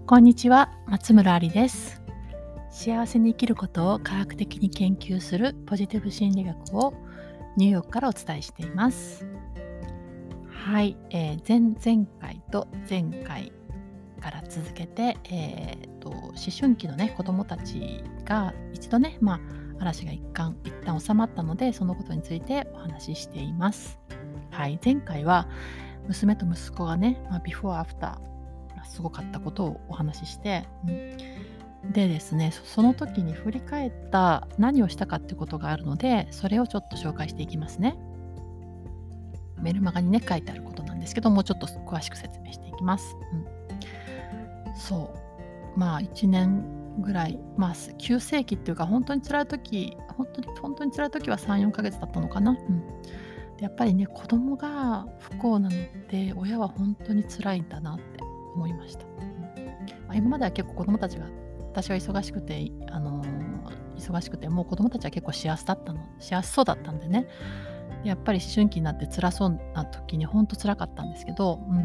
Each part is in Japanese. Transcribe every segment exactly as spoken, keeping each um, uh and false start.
こんにちは、松村ありです。幸せに生きることを科学的に研究するポジティブ心理学をニューヨークからお伝えしています。はい、えー前々回と前回から続けて、えーと思春期のね子どもたちが一度ね、まあ、嵐が一貫一旦収まったので、そのことについてお話ししています。はい、前回は娘と息子がね、まあ、ビフォーアフターすごかったことをお話しして、うん、でですね、そその時に振り返った何をしたかってことがあるので、それをちょっと紹介していきますね。メルマガにね書いてあることなんですけど、もうちょっと詳しく説明していきます。うん、そうまあいちねんぐらい、まあ急性期っていうか、本当に辛い時本当に本当に辛い時はさん、よんかげつだったのかな。うんでやっぱりね、子供が不幸なのって親は本当に辛いんだなって思いました。うんまあ、今までは結構子供たちが私は忙しくて、あのー忙しくてもう子供たちは結構幸せだったの幸せそうだったんでね、やっぱり思春期になって辛そうな時に本当辛かったんですけど、うん、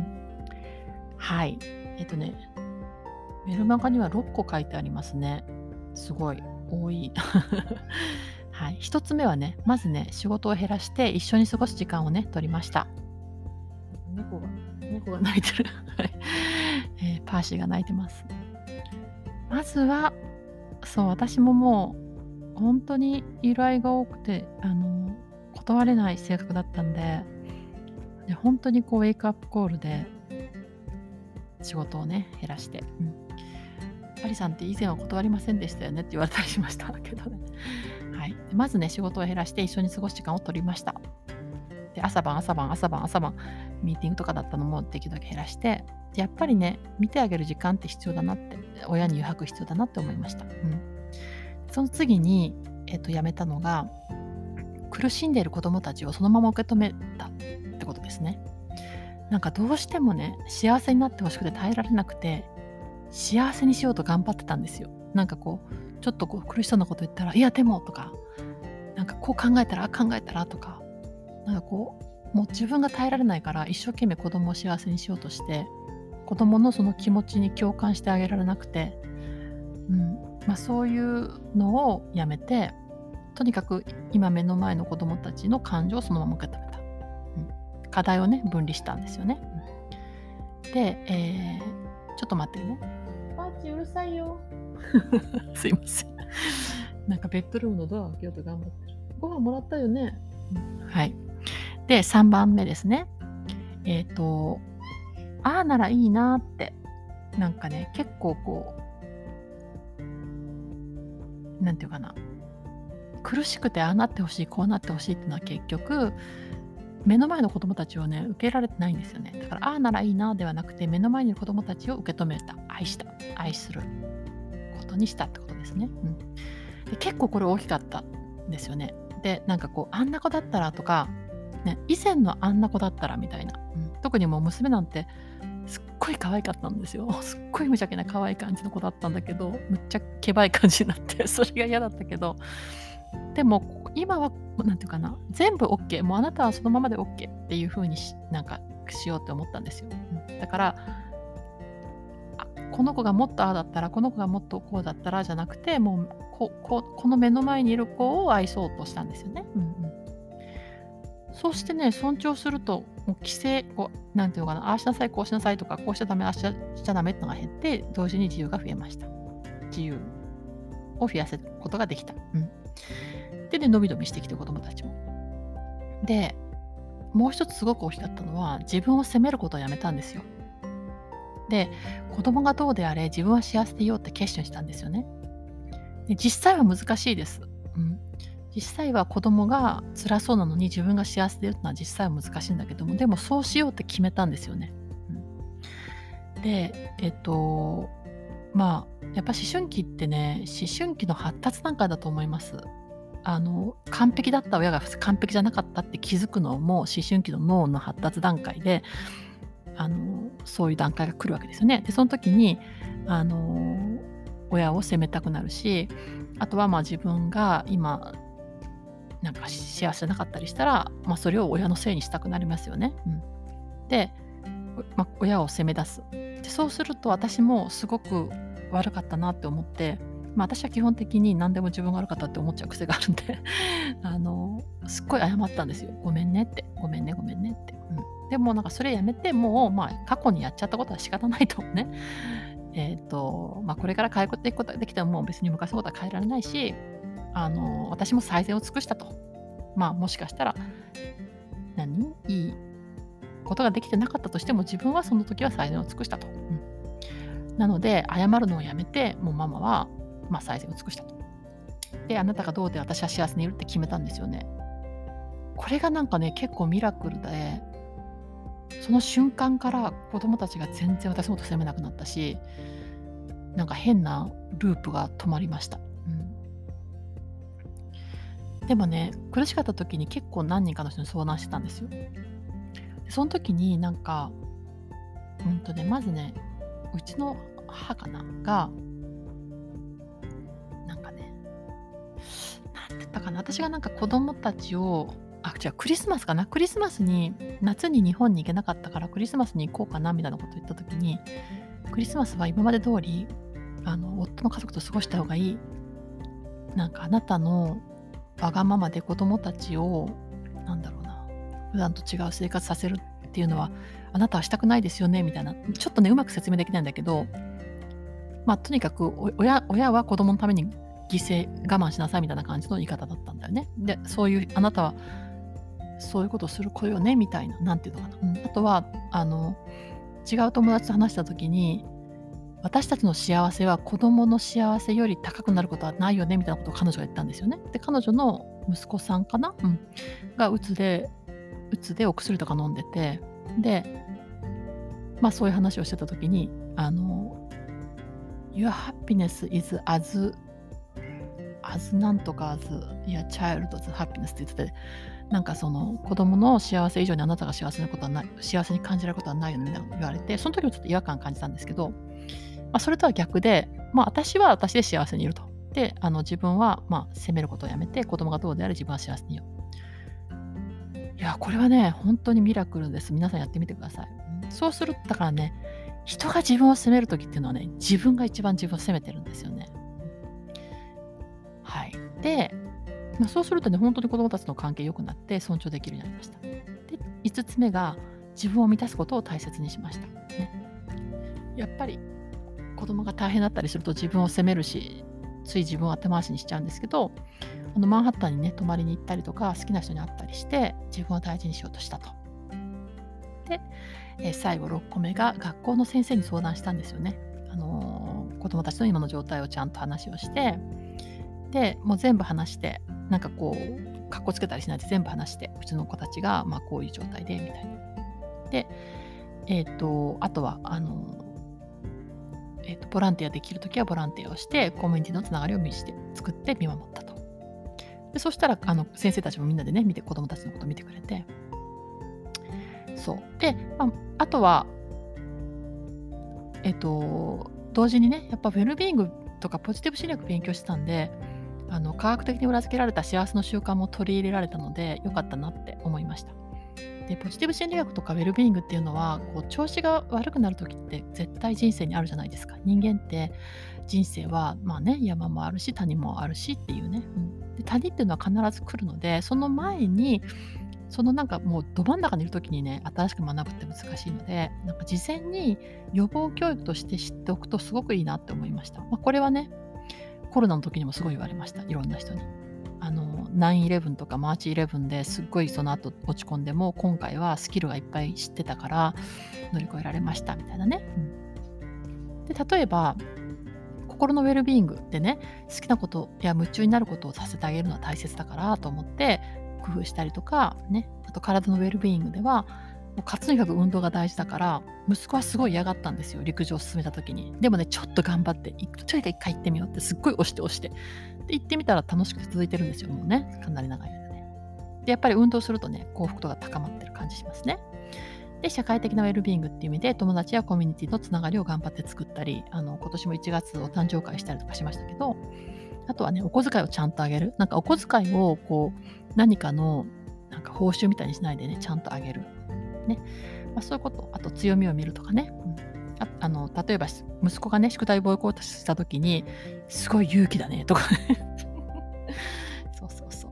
はいえっとねメルマガにはろっこ書いてありますね。すごい多い。はい、ひとつめはね、まずね、仕事を減らして一緒に過ごす時間をね、取りました。猫が、猫が鳴いてる。はい、えーパーシーが鳴いてます。まずは、そう、私ももう、本当に依頼が多くて、あの、断れない性格だったんで、で本当にこう、ウェイクアップコールで仕事をね、減らして、うん。アリさんって以前は断りませんでしたよねって言われたりしましたけどね。はい、まずね、仕事を減らして一緒に過ごす時間を取りました。で朝晩朝晩朝晩朝晩ミーティングとかだったのもできるだけ減らして、やっぱりね、見てあげる時間って必要だなって、親に余白必要だなって思いました。うん、その次に、えっと、やめたのが、苦しんでいる子どもたちをそのまま受け止めたってことですね。なんかどうしてもね、幸せになってほしくて耐えられなくて、幸せにしようと頑張ってたんですよ。なんかこう、ちょっとこう苦しそうなこと言ったら、いやでもとか、なんかこう考えたら、あ考えたらとか、なんかこう、もう自分が耐えられないから一生懸命子供を幸せにしようとして、子供のその気持ちに共感してあげられなくて、うんまあ、そういうのをやめて、とにかく今目の前の子供たちの感情をそのまま受け止めた。うん、課題をね、分離したんですよね。うん、で、えーちょっと待ってね。パーチうるさいよ。すいません。なんかベッドルームのドアを開けようと頑張ってる。ご飯もらったよね。うん、はい。で、さんばんめですね。えっ、と、ああならいいなって、なんかね、結構こう、なんていうかな、苦しくてああなってほしい、こうなってほしいっていうのは結局、目の前の子供たちをね、受けられてないんですよね。だから、ああならいいなではなくて、目の前にいる子供たちを受け止めた、愛した、愛することにしたってことですね。うん、で結構これ大きかったんですよね。で、なんかこう、あんな子だったらとか、ね、以前のあんな子だったらみたいな、うん、特にもう娘なんてすっごい可愛かったんですよ。すっごい無邪気な可愛い感じの子だったんだけど、むっちゃけばい感じになってそれが嫌だったけど、でも今はなんていうかな、全部 OK、もうあなたはそのままで OK っていう風にしなんかしようって思ったんですよ。うん、だから、あ、この子がもっとああだったら、この子がもっとこうだったらじゃなくて、もうこここの目の前にいる子を愛そうとしたんですよね。うんうん。そうしてね、尊重すると、もう規制、こう、なんていうのかな、ああしなさい、こうしなさいとか、こうしちゃダメ、ああしちゃしちゃダメってのが減って、同時に自由が増えました。自由を増やせることができた。うん。でね、伸び伸びしてきて子供たちも。で、もう一つすごく大きかったのは、自分を責めることをやめたんですよ。で、子供がどうであれ、自分は幸せでいようって決心したんですよね。で、実際は難しいです。うん。実際は子供が辛そうなのに自分が幸せでいるってのは実際は難しいんだけども、でもそうしようって決めたんですよね。うん、で、えっと、まあ、やっぱ思春期ってね、思春期の発達段階だと思います。あの、完璧だった親が完璧じゃなかったって気づくのも思春期の脳の発達段階で、あの、そういう段階が来るわけですよね。で、その時に、あの、親を責めたくなるし、あとはまあ自分が今なんか幸せじゃなかったりしたら、まあ、それを親のせいにしたくなりますよね。うん、で、まあ、親を責め出す。 でそうすると私もすごく悪かったなって思って、まあ、私は基本的に何でも自分が悪かったって思っちゃう癖があるんであのすっごい謝ったんですよ。ごめんねって、ごめんねごめんねって。うん、でもなんかそれやめて、もう、まあ、過去にやっちゃったことは仕方ないとね。えっと、まあ、これから変えていくことができても、もう別に昔のことは変えられないし、あの、私も最善を尽くしたと。まあ、もしかしたら、何いいことができてなかったとしても、自分はその時は最善を尽くしたと。うん、なので、謝るのをやめて、もうママは、まあ、最善を尽くしたと。で、あなたがどうで私は幸せにいるって決めたんですよね。これがなんかね、結構ミラクルで、その瞬間から子供たちが全然私のこと責めなくなったし、なんか変なループが止まりました。うん、でもね、苦しかった時に結構何人かの人に相談してたんですよ。でその時になんか、うんとね、まずね、うちの母かなが、なんかね、なんて言ったかな、私がなんか子供たちを、あ、違う、クリスマスかな、クリスマスに、夏に日本に行けなかったからクリスマスに行こうかなみたいなこと言った時に、クリスマスは今まで通りあの夫の家族と過ごした方がいい。なんかあなたのわがままで子供たちを、なんだろうな、普段と違う生活させるっていうのはあなたはしたくないですよねみたいな、ちょっとねうまく説明できないんだけど、まあとにかくお親親は子供のために犠牲我慢しなさいみたいな感じの言い方だったんだよね。で、そういうあなたはそういうことをする子よねみたいな、なんていうのかな。うん、あとはあの違う友達と話した時に、私たちの幸せは子供の幸せより高くなることはないよねみたいなことを彼女が言ったんですよね。で、彼女の息子さんかな、うん、がうつで、うつでお薬とか飲んでて、で、まあそういう話をしてた時に、あの、Your happiness is as, as なんとか as your child's happiness って言ってて、なんかその子供の幸せ以上にあなたが幸せなことはない、幸せに感じられることはないよねみたいなこと言われて、その時もちょっと違和感感じたんですけど、まあ、それとは逆で、まあ、私は私で幸せにいると。で、あの自分はまあ責めることをやめて、子供がどうであれ自分は幸せにいよう。いや、これはね、本当にミラクルです。皆さんやってみてください。うん、そうするだからね、人が自分を責めるときっていうのはね、自分が一番自分を責めてるんですよね。はい。で、まあ、そうするとね、本当に子供たちの関係良くなって尊重できるようになりました。で、いつつめが自分を満たすことを大切にしました。ね、やっぱり子供が大変だったりすると自分を責めるし、つい自分を後回しにしちゃうんですけど、あのマンハッタンにね、泊まりに行ったりとか、好きな人に会ったりして、自分を大事にしようとしたと。で、えー最後ろっこめが学校の先生に相談したんですよね。あのー子供たちの今の状態をちゃんと話をして、で、もう全部話して、なんかこう、かっこつけたりしないで全部話して、うちの子たちが、まあこういう状態で、みたいな。で、えっ、と、あとは、あのーえーと、ボランティアできるときはボランティアをして、コミュニティのつながりを見して作って見守ったと。でそしたらあの先生たちもみんなでね見て、子供たちのことを見てくれて、そうで、まあ、あとはえっ、と同時にね、やっぱウェルビーイングとかポジティブ心理学勉強してたんで、あの科学的に裏付けられた幸せの習慣も取り入れられたので良かったなって思いました。でポジティブ心理学とかウェルビーイングっていうのは、こう調子が悪くなる時って絶対人生にあるじゃないですか。人間って人生はまあね、山もあるし谷もあるしっていうね、うん、で谷っていうのは必ず来るので、その前にそのなんかもうど真ん中にいる時にね、新しく学ぶって難しいので、なんか事前に予防教育として知っておくとすごくいいなって思いました。まあ、これはね、コロナの時にもすごい言われました。いろんな人に。あのナインイレブンとかマーチイレブンですっごいその後落ち込んでも、今回はスキルがいっぱい知ってたから乗り越えられましたみたいなね。うん、で例えば心のウェルビーイングってね、好きなことや夢中になることをさせてあげるのは大切だからと思って工夫したりとかね、あと体のウェルビーイングではもうとにかく運動が大事だから、息子はすごい嫌がったんですよ、陸上を進めた時に。でもね、ちょっと頑張ってとにかく一回行ってみようってすっごい押して押してで行ってみたら楽しくて続いてるんですよ、もうね、かなり長い間ね。でやっぱり運動するとね、幸福度が高まってる感じしますね。で社会的なウェルビーイングっていう意味で、友達やコミュニティのつながりを頑張って作ったり、あの今年もいちがつお誕生会したりとかしましたけど、あとはね、お小遣いをちゃんとあげる。なんかお小遣いをこう何かのなんか報酬みたいにしないでね、ちゃんとあげる。ね。まあ、そういうこと。あと強みを見るとかね。うん、 ああの例えば息子がね宿題ボイコットした時にすごい勇気だねとかねそうそうそう。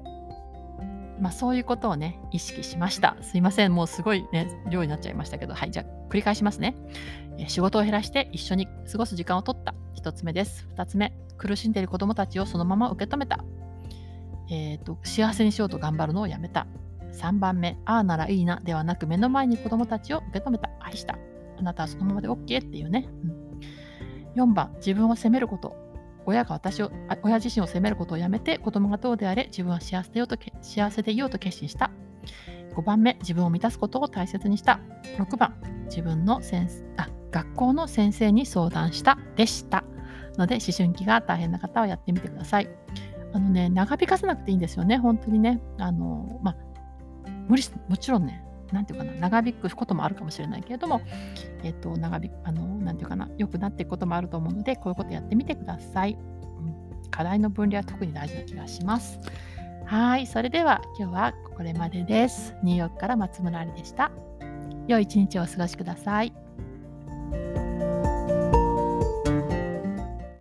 まあそういうことをね意識しました。すいません、もうすごいね量になっちゃいましたけど、はい、じゃあ繰り返しますね。えー仕事を減らして一緒に過ごす時間を取った。一つ目です。二つ目、苦しんでいる子どもたちをそのまま受け止めた。えーと幸せにしようと頑張るのをやめた。さんばんめ、ああならいいなではなく目の前に子どもたちを受け止めた。愛した。あなたはそのままで OK っていうね。うん、よんばん、自分を責めること。親が私を、あ親自身を責めることをやめて、子供がどうであれ自分は幸せでいようとけ幸せでいようと決心した。ごばんめ、自分を満たすことを大切にした。ろくばん、自分の先生あ学校の先生に相談したでしたので、思春期が大変な方はやってみてください。あのね、長引かせなくていいんですよね、本当にね。あのまあ、無理しもちろんね、なんていうかな、長引くこともあるかもしれないけれども、えっと、長引く、あの、なんていうかな、良くなっていくこともあると思うので、こういうことやってみてください。うん、課題の分離は特に大事な気がします。はい、それでは今日はこれまでです。ニューヨークから松村ありでした。良い一日をお過ごしください。